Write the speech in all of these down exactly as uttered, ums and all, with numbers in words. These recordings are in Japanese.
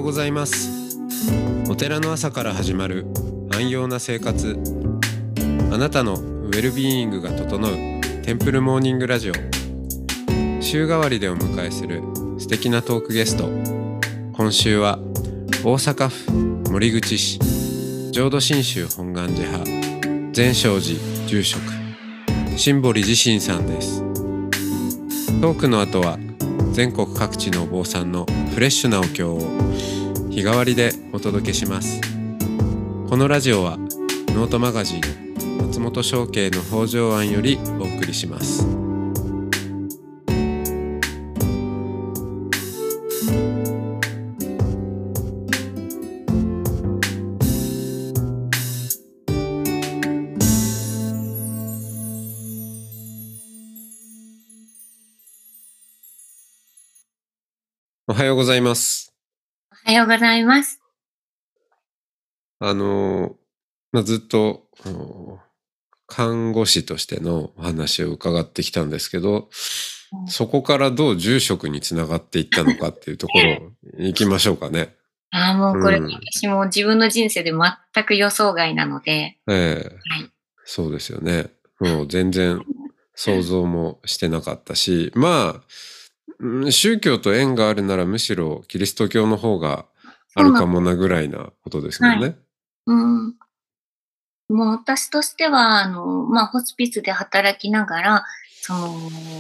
ございます。お寺の朝から始まる安養な生活、あなたのウェルビーイングが整うテンプルモーニングラジオ。週替わりでお迎えする素敵なトークゲスト。今週は大阪府守口市浄土真宗本願寺派全勝寺住職新堀自身さんです。トークの後は全国各地のお坊さんのフレッシュなお経を日替わりでお届けします。このラジオはノートマガジン松本商家の北条庵よりお送りします。おはようございます。 おはようございます。 あの、まあ、ずっと看護師としてのお話を伺ってきたんですけど、うん、そこからどう住職につながっていったのかっていうところ行きましょうかね。 ああ、もうこれ、うん、私も自分の人生で全く予想外なので。 ええはい、そうですよね。もう全然想像もしてなかったし、まあ、宗教と縁があるならむしろキリスト教の方があるかもなぐらいなことですもんね。 はい、うん、もう私としてはあの、まあ、ホスピスで働きながらその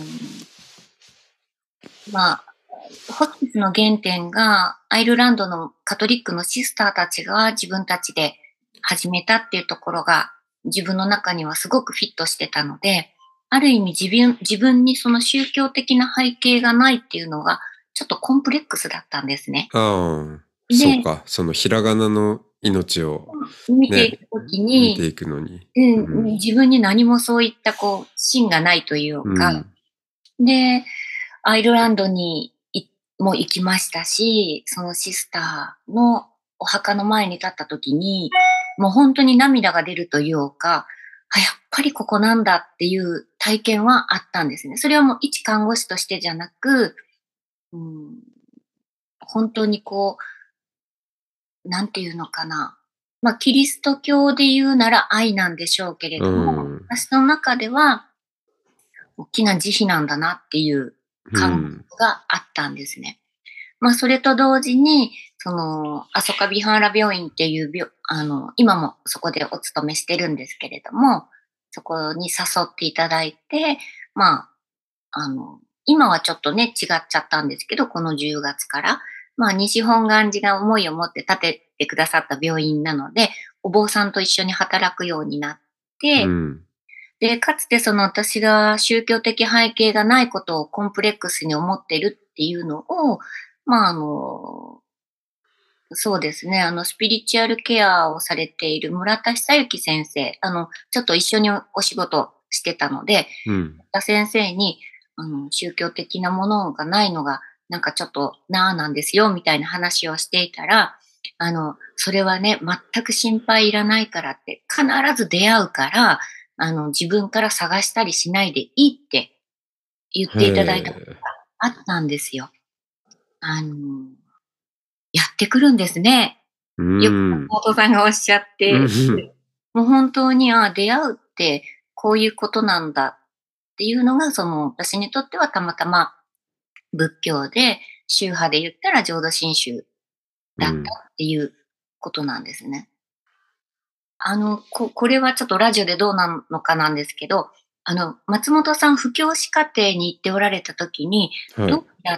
まあホスピスの原点がアイルランドのカトリックのシスターたちが自分たちで始めたっていうところが自分の中にはすごくフィットしてたので、ある意味自分、自分にその宗教的な背景がないっていうのがちょっとコンプレックスだったんですね。 ああ、そうか。そのひらがなの命を、 ね、見ていくときに、 見ていくのに、 うんうん、自分に何もそういったこう芯がないというか、うん、で、アイルランドにも行きましたし、そのシスターのお墓の前に立ったときに、もう本当に涙が出るというか、あ、やっぱりここなんだっていう体験はあったんですね。それはもう一看護師としてじゃなく、うん、本当にこう、なんていうのかな。まあ、キリスト教で言うなら愛なんでしょうけれども、うん、私の中では、大きな慈悲なんだなっていう感覚があったんですね。うん、まあ、それと同時に、その、アソカビハーラ病院っていう病、あの、今もそこでお勤めしてるんですけれども、そこに誘っていただいて、まあ、あの、今はちょっとね、違っちゃったんですけど、このじゅうがつから、まあ、西本願寺が思いを持って建ててくださった病院なので、お坊さんと一緒に働くようになって、うん、で、かつてその私が宗教的背景がないことをコンプレックスに思ってるっていうのを、まあ、あの、そうですね、あの、スピリチュアルケアをされている村田久之先生、あの、ちょっと一緒にお仕事してたので、うん、村田先生に、あの、宗教的なものがないのが、なんかちょっとなあなんですよ、みたいな話をしていたら、あの、それはね、全く心配いらないからって、必ず出会うから、あの、自分から探したりしないでいいって言っていただいたことがあったんですよ。あの、やってくるんですね。よく妹さんがおっしゃって、もう本当に、あ、出会うってこういうことなんだっていうのが、その、私にとってはたまたま仏教で、宗派で言ったら浄土真宗だったっていうことなんですね。うん、あの、こ、これはちょっとラジオでどうなのかなんですけど、あの、松本さん、布教師課程に行っておられた時に、はい、同期だった、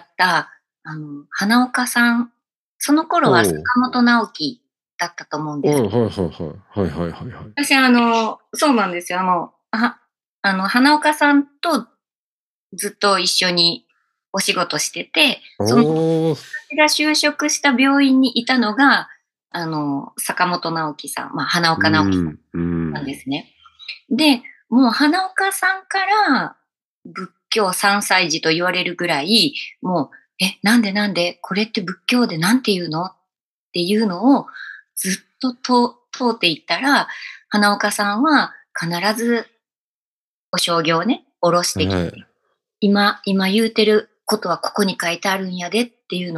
あの、花岡さん、その頃は坂本直樹だったと思うんです。 はいはいはいはいはいはいはい。 私、あの、そうなんですよ。あの、あ、あの、花岡さんとずっと一緒にお仕事してて、その、私が就職した病院にいたのが、あの、坂本直樹さん、まあ、花岡直樹さんなんですね。で、もう花岡さんから仏教三歳児と言われるぐらい、もう、え、なんでなんで、これって仏教でなんて言うのっていうのをずっと通っていったら、花岡さんは必ずお証言をね、下ろしてきて、はい、今、今言うてることはここに書いてあるんやでっていうのを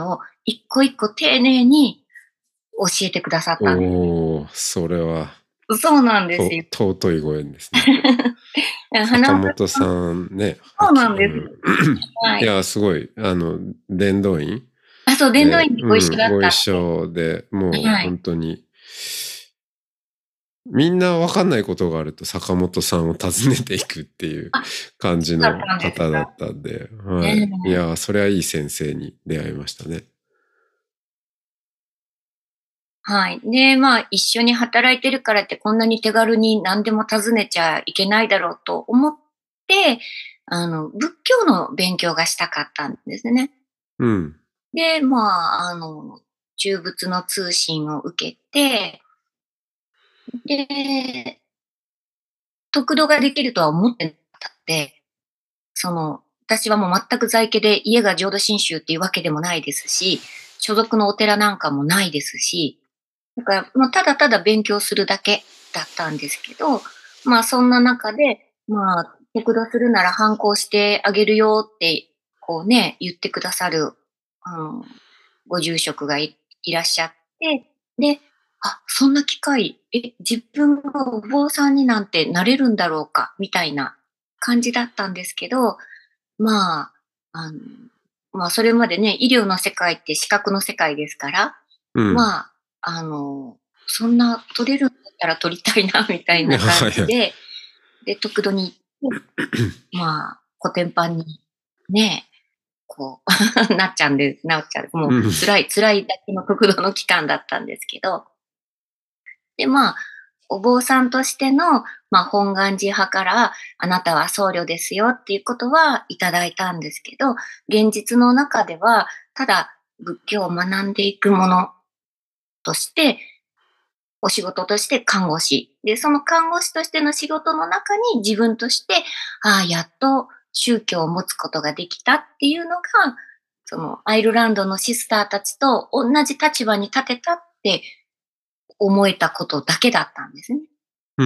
一個一個丁寧に教えてくださったんです。 おー、それは。 そうなんですよ。 尊いご縁ですね。坂本さんね。 そうなんです。 うん、 はい。 いや、すごい、あの、伝道院あ、そう、伝道院にご一緒だった、 うん、ご一緒で、もう本当に、はい、みんな分かんないことがあると坂本さんを訪ねていくっていう感じの方だったんで、はい。いや、それはいい先生に出会いましたね。 はい。で、まあ、一緒に働いてるからってこんなに手軽に何でも尋ねちゃいけないだろうと思って、あの、仏教の勉強がしたかったんですね。 うん。 で、まあ、あの、中仏の通信を受けて、で、得度ができるとは思ってなかったので、その、私はもう全く在家で家が浄土真宗っていうわけでもないですし、所属のお寺なんかもないですし、だから、まあ、ただただ勉強するだけだったんですけど、まあ、そんな中で、まあ、得度するなら反抗してあげるよって、こうね、言ってくださる、あの、ご住職が い, いらっしゃって、で、あ、そんな機会、え、自分がお坊さんになんてなれるんだろうか、みたいな感じだったんですけど、まあ、あの、まあ、それまでね、医療の世界って資格の世界ですから、 うん、 まあ、あの、そんな取れるんだったら取りたいな、みたいな感じで、で、得度に行って、まあ、コテンパンにね、こう、なっちゃうんで、なっちゃう。もう辛い、辛いだけの得度の期間だったんですけど、で、まあ、お坊さんとしての、まあ、本願寺派から、あなたは僧侶ですよっていうことはいただいたんですけど、現実の中では、ただ仏教を学んでいくものとして、お仕事として看護師。で、その看護師としての仕事の中に自分として、ああ、やっと宗教を持つことができたっていうのが、そのアイルランドのシスターたちと同じ立場に立てたって思えたことだけだったんですね。 うん。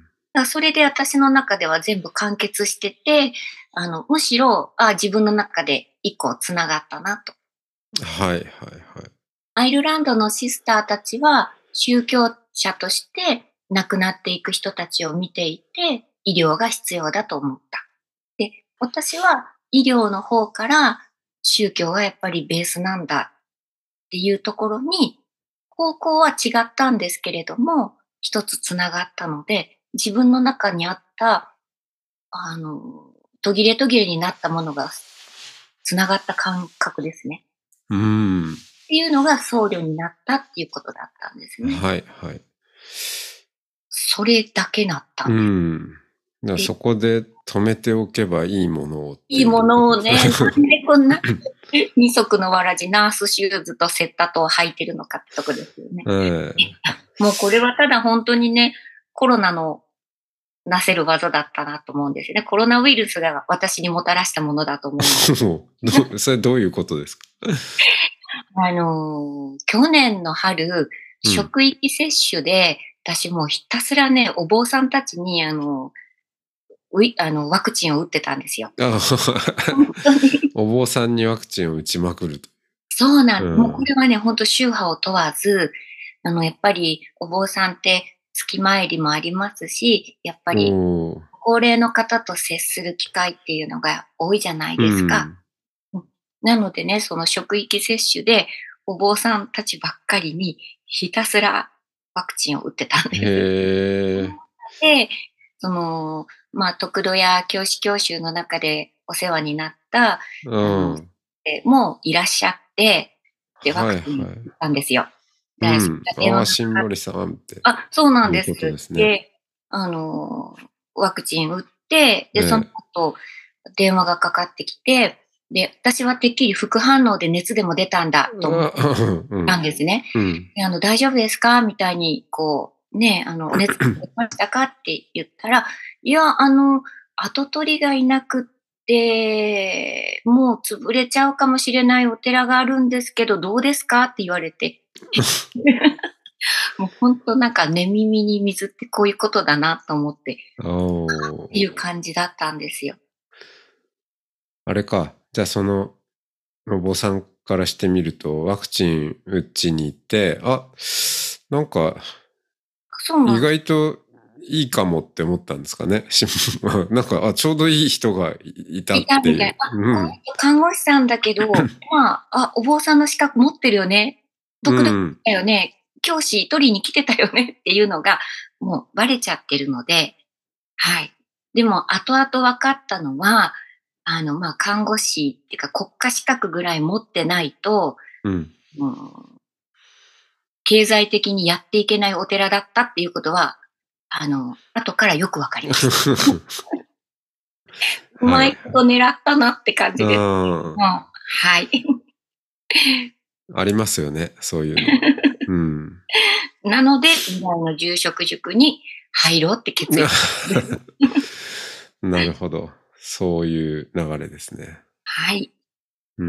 だからそれで私の中では全部完結してて、あの、むしろ、あ自分の中で一個つながったなと。 はいはいはい。 アイルランドのシスターたちは宗教者として亡くなっていく人たちを見ていて、医療が必要だと思った。で、私は医療の方から宗教がやっぱりベースなんだっていうところに、方向は違ったんですけれども、一つつながったので、自分の中にあった、あの、途切れ途切れになったものがつながった感覚ですね。 うん。 っていうのが僧侶になったっていうことだったんですね。 はいはい。 それだけだったんです。 うん。だからそこで止めておけばいいものをっていう。 いいものをね、なんでこんな二足のわらじナースシューズとセッタとを履いてるのかってとこですよね。 ええもうこれはただ本当にね、コロナのなせる技だったなと思うんですよね。コロナウイルスが私にもたらしたものだと思うんです。 それどういうことですか？ あのー、去年の春、職域接種で、うん、私もうひたすらね、お坊さんたちに、あの、ウィあのワクチンを打ってたんですよ。本当にお坊さんにワクチンを打ちまくると。 そうなん、うん、もうこれはね、本当宗派を問わず、あの、やっぱりお坊さんって月参りもありますし、やっぱり高齢の方と接する機会っていうのが多いじゃないですか。うん、なのでね、その職域接種でお坊さんたちばっかりにひたすらワクチンを打ってたんです。 へで、その、まあ、得度や教師教習の中でお世話になった、 うん、 あの、もういらっしゃって、で、ワクチン打ったんですよ。 はいはい、うん、ああ、新森さんって。 あ、そうなんです。 ですね、 で、あの、ワクチン打って、で、その後、電話がかかってきて、で、私はてっきり副反応で熱でも出たんだと思ったんですね。うん、であの大丈夫ですかみたいに、こう、ね、あの、お熱出ましたかって言ったら、いや、あの、跡取りがいなくって、もう潰れちゃうかもしれないお寺があるんですけど、どうですかって言われて。もう本当なんか寝耳に水ってこういうことだなと思って、っていう感じだったんですよ。 あれか、じゃあそのお坊さんからしてみると、ワクチン打ちに行って、あ、なんか、意外といいかもって思ったんですかね。なんか、あ、ちょうどいい人がいたっていう。 いたみたいな。あ、 うん、 この人看護師さんだけど、まあ、あ、お坊さんの資格持ってるよね。 う特々 ん、 だよね。教師取りに来てたよねっていうのが、もうバレちゃってるので、はい。でも、後々分かったのは、あの、まあ、看護師っていうか国家資格ぐらい持ってないと、 うん。 うん、経済的にやっていけないお寺だったっていうことは、あの、後からよく分かりました。うはい。 まいこと狙ったなって感じです。 あもう、はい。 あ、ありますよね、そういうの。うん。 なので、未来の住職塾に入ろうって決意したんです。 なるほど。そういう流れですね。 はい。 うん。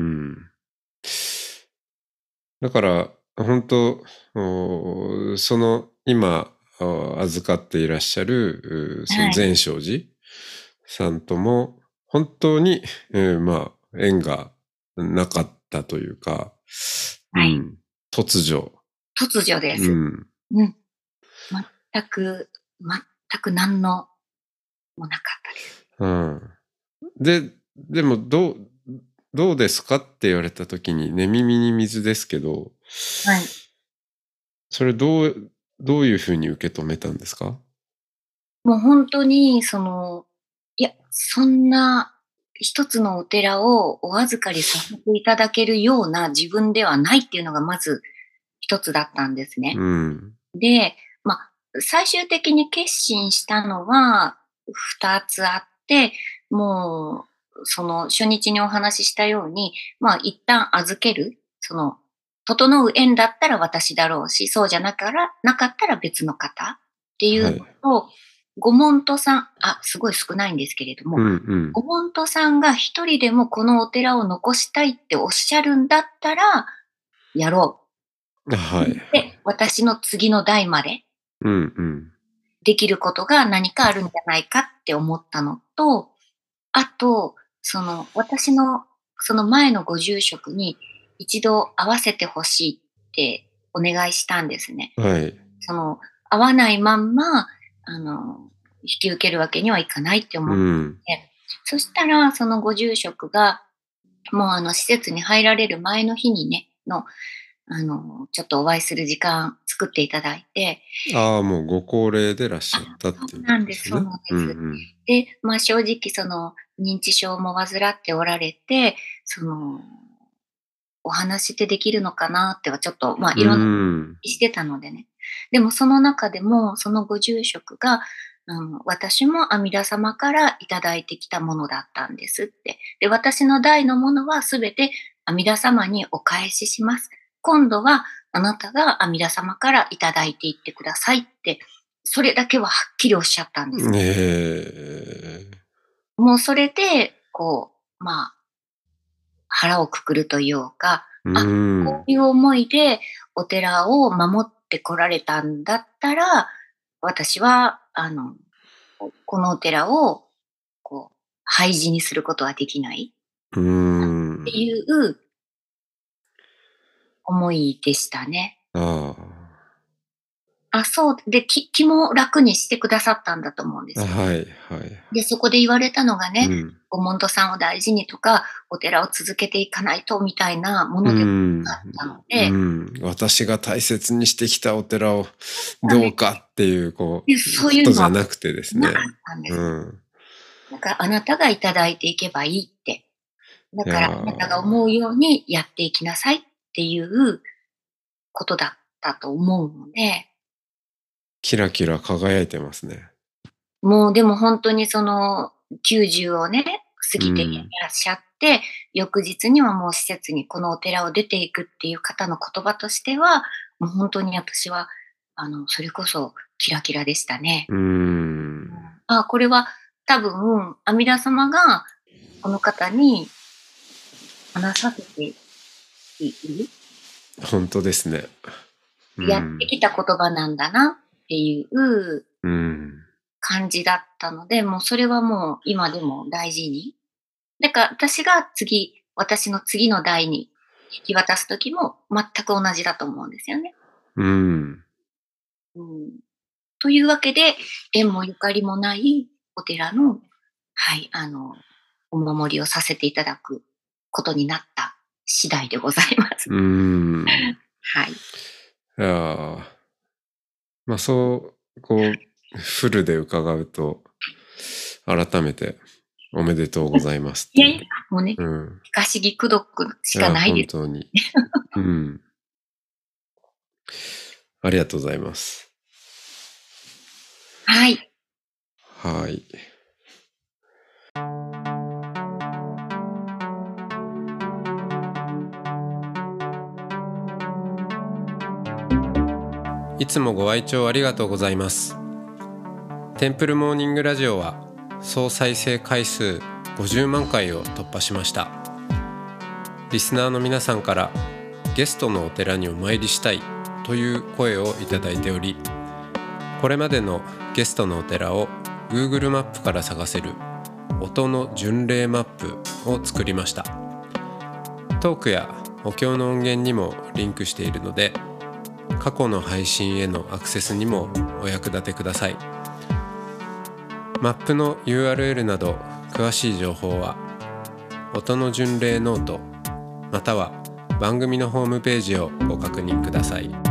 だから、本当おその今あ預かっていらっしゃる、うそのはい。 善勝寺さんとも本当に、えーまあ縁がなかったというか、うはい。 ん、突如、 突如です。 うん、 うん。全く、全く何のもなかったです。 うん。で、でもどう、どうですかって言われた時に寝耳に水ですけど、 はい。 それどう、どういうふうに受け止めたんですか？ もう本当に、その、いや、そんな一つのお寺をお預かりさせていただけるような自分ではないっていうのがまず一つだったんですね。 うん。 で、まあ、最終的に決心したのは二つあって、もう、その初日にお話ししたように、まあ、一旦預ける、その、整う縁だったら私だろうし、そうじゃなからなかったら別の方っていうのはい。 と、ご門徒さん、あ、すごい少ないんですけれども、 うんうん。 ご門徒さんが一人でもこのお寺を残したいっておっしゃるんだったら、やろう。 はいはい。 で、私の次の代までうんうん。 できることが何かあるんじゃないかって思ったのと、あと、その、私の、その前のご住職に一度会わせてほしいってお願いしたんですね。 はい。 その、会わないまんま、あの、引き受けるわけにはいかないって思ってうん。 て、そしたら、そのご住職が、もうあの、施設に入られる前の日にね、の、あの、ちょっとお会いする時間作っていただいて、 ああ、もうご高齢でいらっしあ、 ゃったっそていうこうなんです、 とですね。 そうなんでうんうす。 ん。 で、まあ、正直その、認知症も患っておられて、その、お話ってできるのかなってはちょっと、まあ、 うーいろんなん。 してたのでね。でもその中でも、そのご住職が、あの、私も阿弥陀様からいただいてきたものだったんですって。で、私の代のものはすべて阿弥陀様にお返しします。今度はあなたが阿弥陀様からいただいていってくださいって、それだけははっきりおっしゃったんです。 ええ。 もうそれで、こう、まあ、腹をくくるというか、 うーあ、こん。 ういう思いでお寺を守ってこられたんだったら、私は、あの、このお寺を、こう、廃寺にすることはできないうーってん。 いう思いでしたね。 ああ。 あ、そう、で、き気も楽にしてくださったんだと思うんであ、 すよ。 はいはい。 で、そこで言われたのがね、 うん。 ご門徒さんを大事にとか、お寺を続けていかないとみたいなもうーのでもなかん。 ったのうで、 ん。私が大切にしてきたお寺をなんでどうかっていう、こで、 う、ことそういうのはじゃなくてですなかね。 ったんです。 うん。 だからあなたがいただいていけばいいって。だいやからあなたが思うー、 ようにやっていきなさいっていうことだったと思うので、 キラキラ輝いてますね。 もうでも本当にそのきゅうじゅうをね、過ぎていうん。 らっしゃって、翌日にはもう施設にこのお寺を出ていくっていう方の言葉としては、もう本当に私は、あの、それこそキラキラでしたね。 うーん。 あ、これは多分阿弥陀様がこの方に話させている、 本当ですね。うやってん。 きた言葉なんだなっていううん。 感じだったので、もうそれはもう今でも大事に。だから私が次、私の次の代に引き渡すときも全く同じだと思うんですよね。 うん。 うん、というわけで、縁もゆかりもないお寺の、はい、あの、お守りをさせていただくことになった次第でございます。 うん。 はい。 いやまあそう、こう、フルで伺うと、改めておめでとうございますっていう。 いやいや、もうね、 うん。 不可思議功徳しいや、 かないです。 本当に。うん。ありがとうございます。 はい。 はい。いつもご愛聴ありがとうございます。テンプルモーニングラジオは総再生回数ごじゅうまんかいを突破しました。リスナーの皆さんからゲストのお寺にお参りしたいという声をいただいており、これまでのゲストのお寺を Google マップから探せる音の巡礼マップを作りました。トークやお経の音源にもリンクしているので、過去の配信へのアクセスにもお役立てください。マップの ユーアールエル など詳しい情報は音の巡礼ノートまたは番組のホームページをご確認ください。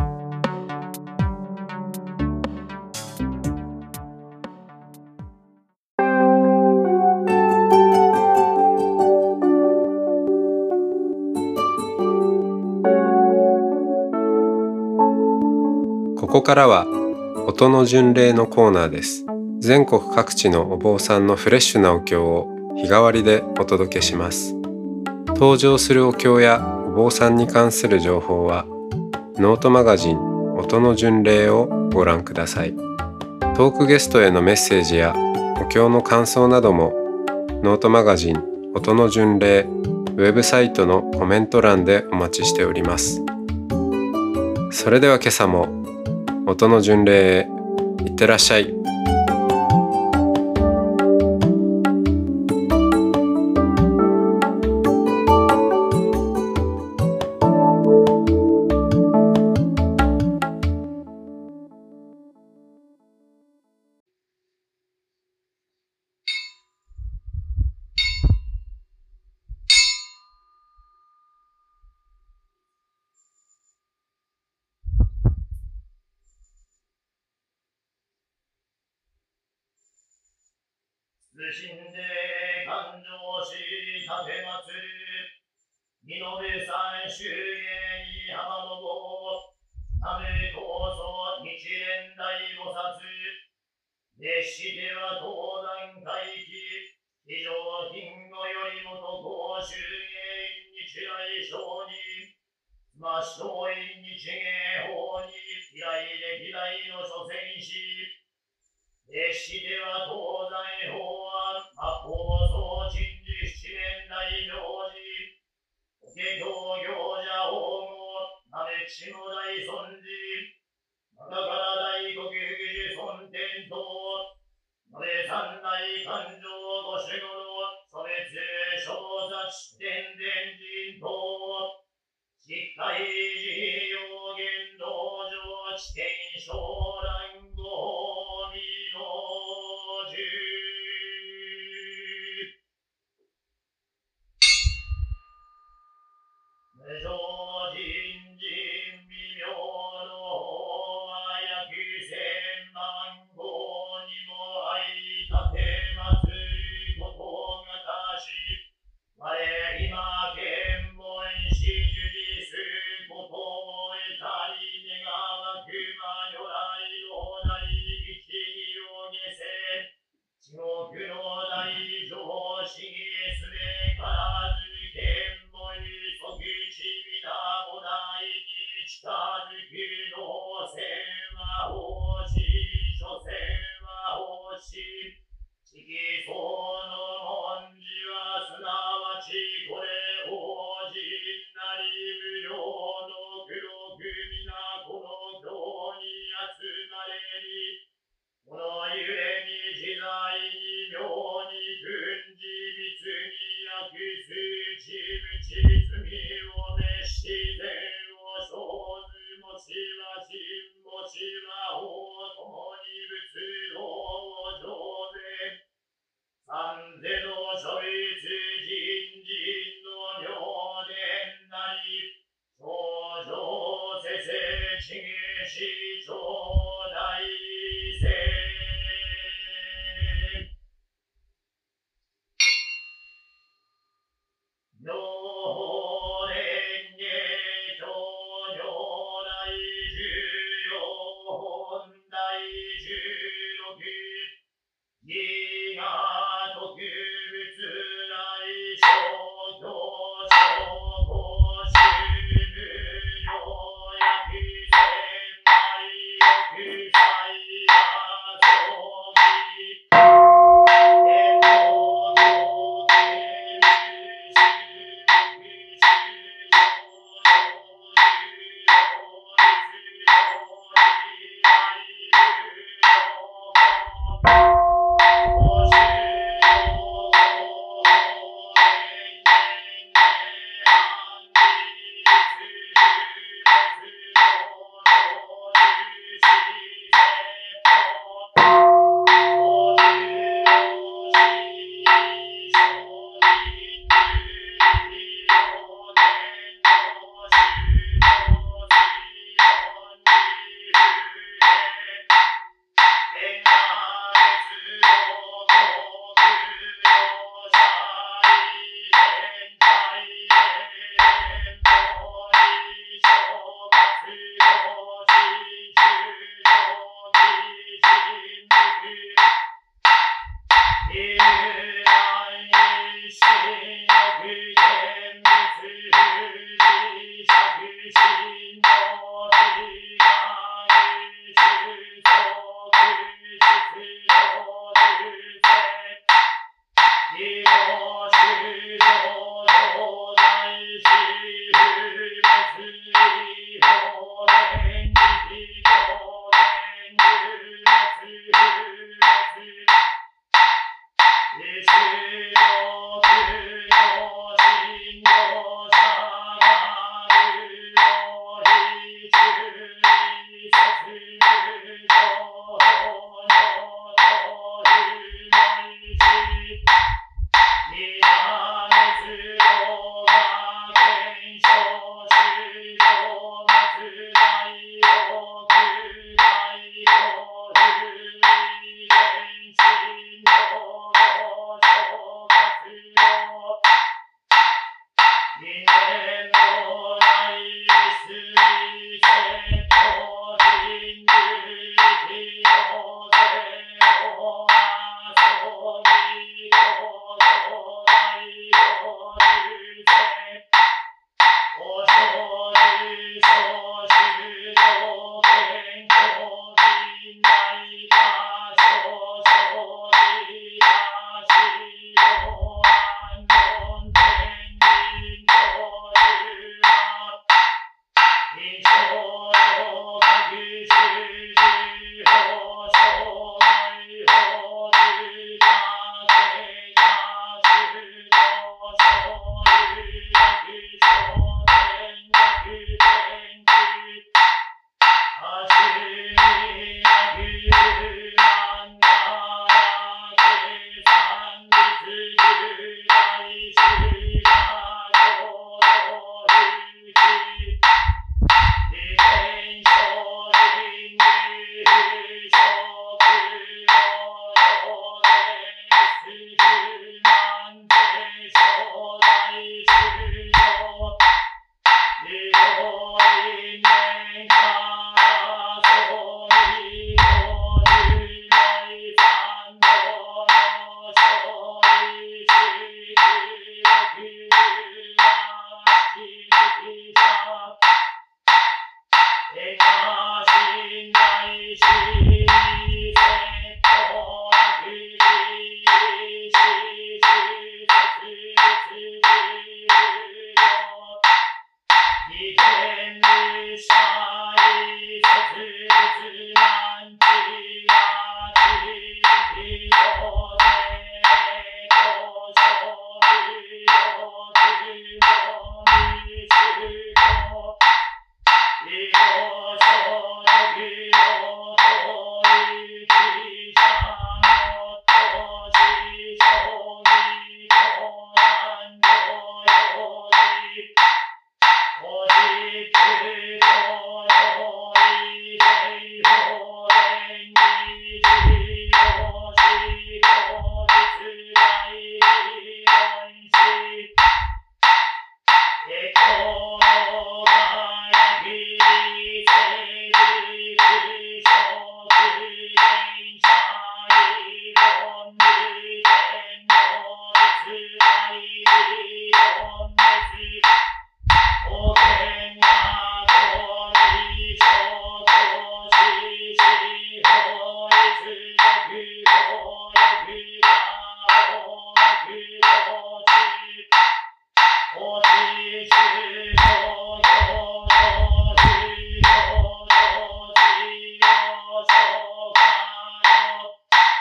ここからは音の巡礼のコーナーです。全国各地のお坊さんのフレッシュなお経を日替わりでお届けします。登場するお経やお坊さんに関する情報はノートマガジン音の巡礼をご覧ください。トークゲストへのメッセージやお経の感想などもノートマガジン音の巡礼ウェブサイトのコメント欄でお待ちしております。それでは今朝も音の巡礼へいってらっしゃい。 謹んで勘定し立てまつる身延三周芸浜の坊ためこそ日蓮大菩薩熱しては東山回帰非常勤語よりもと公衆芸日来生にま松陰日芸法に依頼歴代の諸戦士熱しては東西法案八方総鎮守七年大行事法華経行者法号なめちも大尊寺中から大国福寿尊天等なめ三大勘定ご守護の祖別小殺天天人等しっかり自要言道場地点小蘭語美の樹無常人人微妙の法は約千万号にも相立てまつることがたし我今見聞し受事することを得たり願わくま如来の Oh,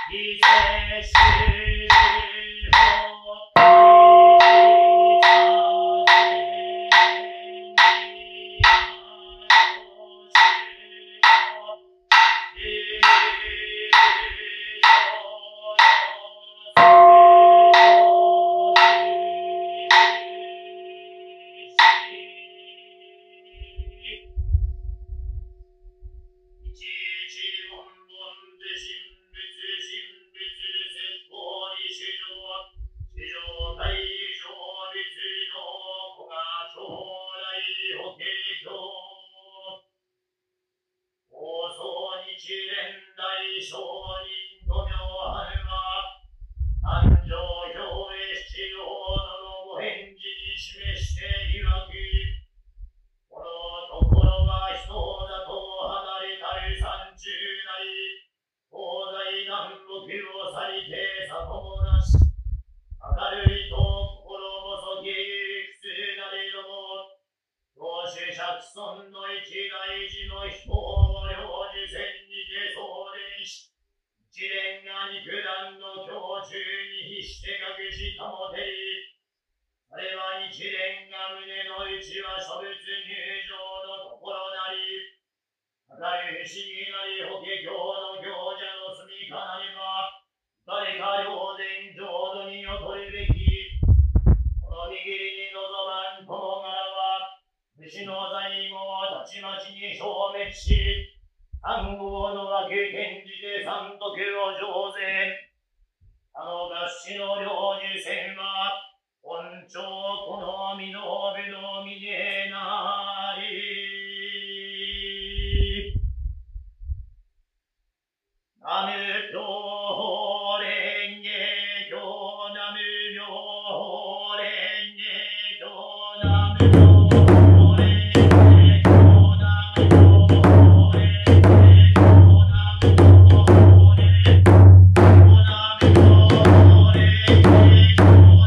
Thank you.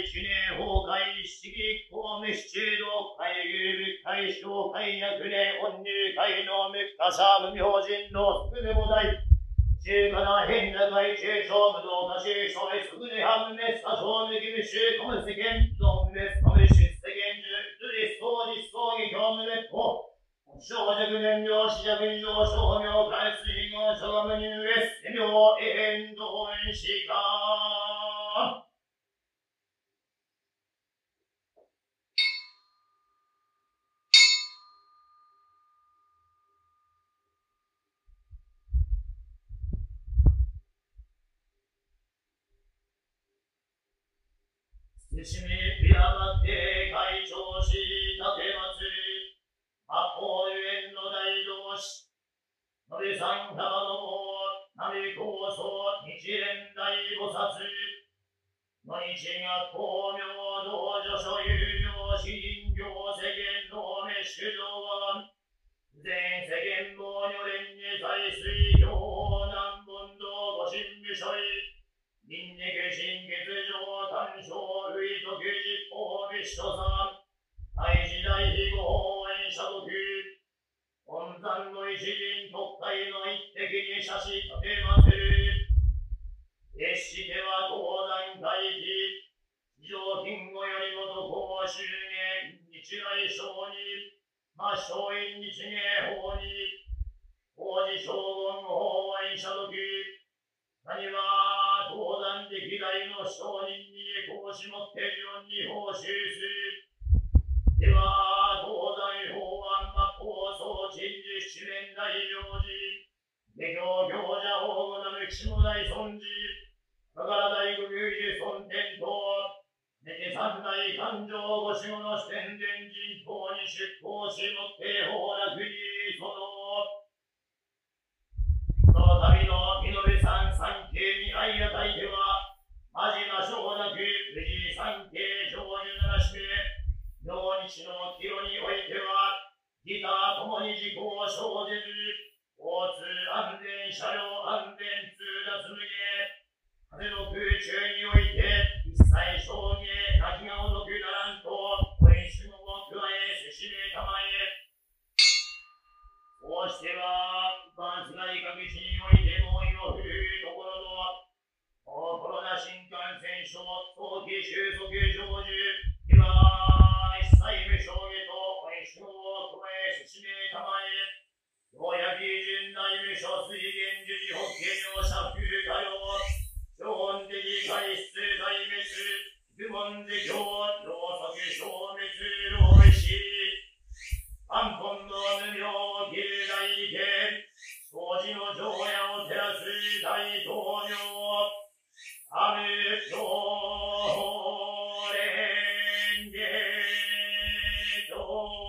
一年崩壊、七義公務七道、海遊物会小海薬年、恩入会の無他者無明人の福でもない。中華な変な外中小無道家中小へすぐで半滅多少無義無臭コム世間ドン滅コム出世間中ずり総実総義教無滅法小弱年量死弱以上小名開水後小無入越世名永遠同遠死かしみびらばって会長し立て祭り八方ゆえんの大同志のべさんたまのもなべ高僧日蓮大菩薩の日が光明道女所有料詩人業世間の滅主上は全世間も女連に在水教南本道ご神武所い輪廻心血上単勝類特実法別所さん大時代非合法演者特本山の一人特会の一滴に写し立てまする決しては東山会議非常勤語よりもと公衆芸日来省に抹消院日芸法に法事将軍法演者特何は東山歴代の商人に講師もって四に報酬する。では、東西法案末法総陳事七年大領事、下教行者法語なむ岸も大尊事、だから大工宮司尊天等、寝て三大勘定ご守護の四天殿人等に出向しもって法楽にその、その旅の美濃部山三景に相与えては、真島小なく無事三景成就ならしめ、明日の清においては、ギターともに事故を生じず、交通安全、車両安全、通達無下、風の空中において、一切証言、泣きがおどくならんと、お演出を加え、せしめたまえ。こうしては、万世内閣地においてもよ降るところの、コロナ新幹線症、早期収束成就、今、一切無償下とお演出を加え、せしめたまえ。ようやく純大無所水源樹寺法華両者風化用、標本的体質大滅、愚問で教、両足消滅、老死。安本の無名を切る大利権、当時の常夜を照らす大灯明、阿無上蓮華と。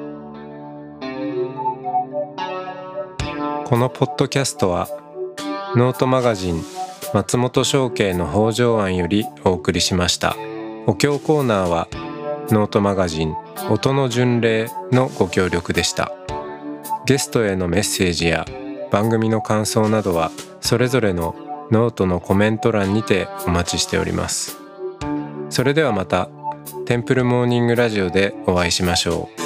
このポッドキャストはノートマガジン松本商家の北条庵よりお送りしました。お経コーナーはノートマガジン音の巡礼のご協力でした。ゲストへのメッセージや番組の感想などはそれぞれのノートのコメント欄にてお待ちしております。それではまたテンプルモーニングラジオでお会いしましょう。